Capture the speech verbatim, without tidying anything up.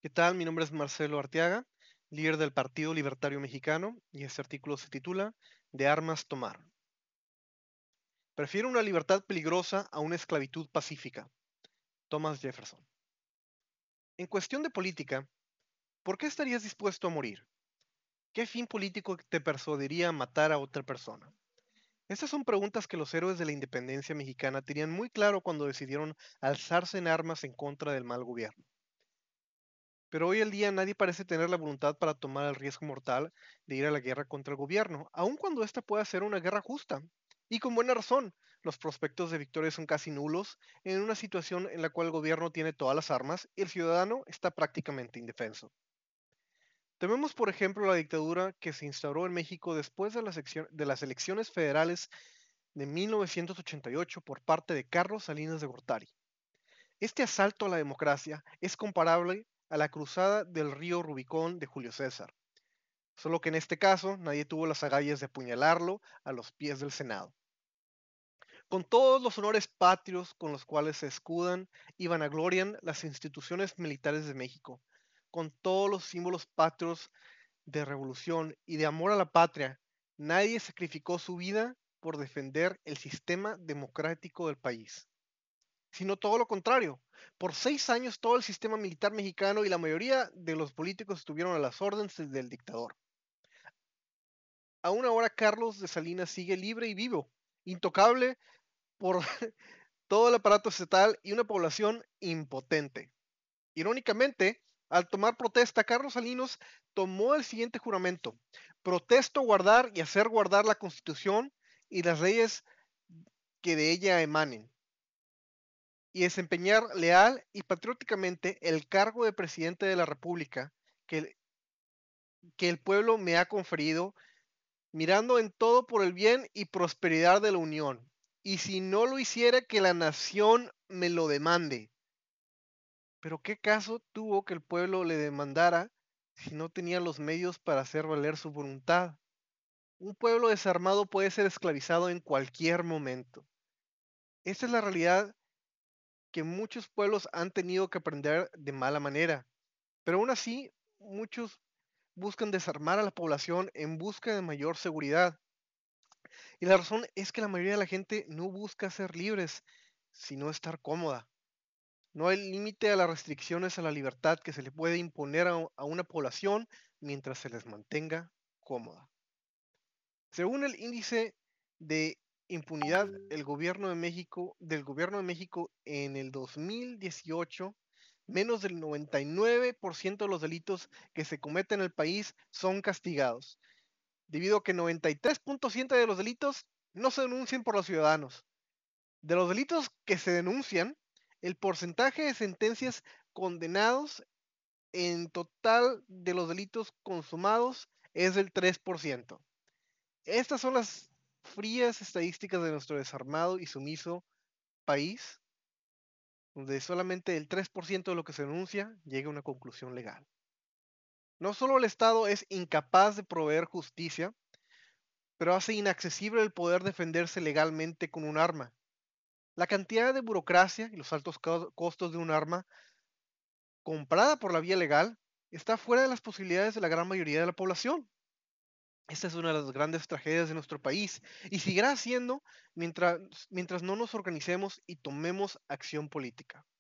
¿Qué tal? Mi nombre es Marcelo Arteaga, líder del Partido Libertario Mexicano, y este artículo se titula De armas tomar. Prefiero una libertad peligrosa a una esclavitud pacífica. Thomas Jefferson. En cuestión de política, ¿por qué estarías dispuesto a morir? ¿Qué fin político te persuadiría a matar a otra persona? Estas son preguntas que los héroes de la independencia mexicana tenían muy claro cuando decidieron alzarse en armas en contra del mal gobierno. Pero hoy en día nadie parece tener la voluntad para tomar el riesgo mortal de ir a la guerra contra el gobierno, aun cuando esta pueda ser una guerra justa. Y con buena razón, los prospectos de victoria son casi nulos en una situación en la cual el gobierno tiene todas las armas y el ciudadano está prácticamente indefenso. Tomemos, por ejemplo, la dictadura que se instauró en México después de las, sección- de las elecciones federales de mil novecientos ochenta y ocho por parte de Carlos Salinas de Gortari. Este asalto a la democracia es comparable a la cruzada del río Rubicón de Julio César, solo que en este caso nadie tuvo las agallas de apuñalarlo a los pies del Senado. Con todos los honores patrios con los cuales se escudan y vanaglorian las instituciones militares de México, con todos los símbolos patrios de revolución y de amor a la patria, nadie sacrificó su vida por defender el sistema democrático del país, sino todo lo contrario. Por seis años todo el sistema militar mexicano y la mayoría de los políticos estuvieron a las órdenes del dictador. Aún ahora Carlos de Salinas sigue libre y vivo, intocable por todo el aparato estatal y una población impotente. Irónicamente, al tomar protesta, Carlos Salinas tomó el siguiente juramento: protesto guardar y hacer guardar la Constitución y las leyes que de ella emanen, y desempeñar leal y patrióticamente el cargo de presidente de la República que, que el pueblo me ha conferido, mirando en todo por el bien y prosperidad de la Unión. Y si no lo hiciera, que la nación me lo demande. Pero ¿qué caso tuvo que el pueblo le demandara si no tenía los medios para hacer valer su voluntad? Un pueblo desarmado puede ser esclavizado en cualquier momento. Esta es la realidad que muchos pueblos han tenido que aprender de mala manera. Pero aún así, muchos buscan desarmar a la población en busca de mayor seguridad. Y la razón es que la mayoría de la gente no busca ser libres, sino estar cómoda. No hay límite a las restricciones a la libertad que se le puede imponer a, a una población mientras se les mantenga cómoda. Según el índice de impunidad, el gobierno de México, del gobierno de México en el dos mil dieciocho, menos del noventa y nueve por ciento de los delitos que se cometen en el país son castigados, debido a que noventa y tres punto siete de los delitos no se denuncian por los ciudadanos. De los delitos que se denuncian, el porcentaje de sentencias condenados en total de los delitos consumados es del tres por ciento. Estas son las frías estadísticas de nuestro desarmado y sumiso país, donde solamente el tres por ciento de lo que se denuncia llega a una conclusión legal. No solo el Estado es incapaz de proveer justicia, pero hace inaccesible el poder defenderse legalmente con un arma. La cantidad de burocracia y los altos co- costos de un arma comprada por la vía legal está fuera de las posibilidades de la gran mayoría de la población. Esta es una de las grandes tragedias de nuestro país y seguirá siendo mientras, mientras no nos organicemos y tomemos acción política.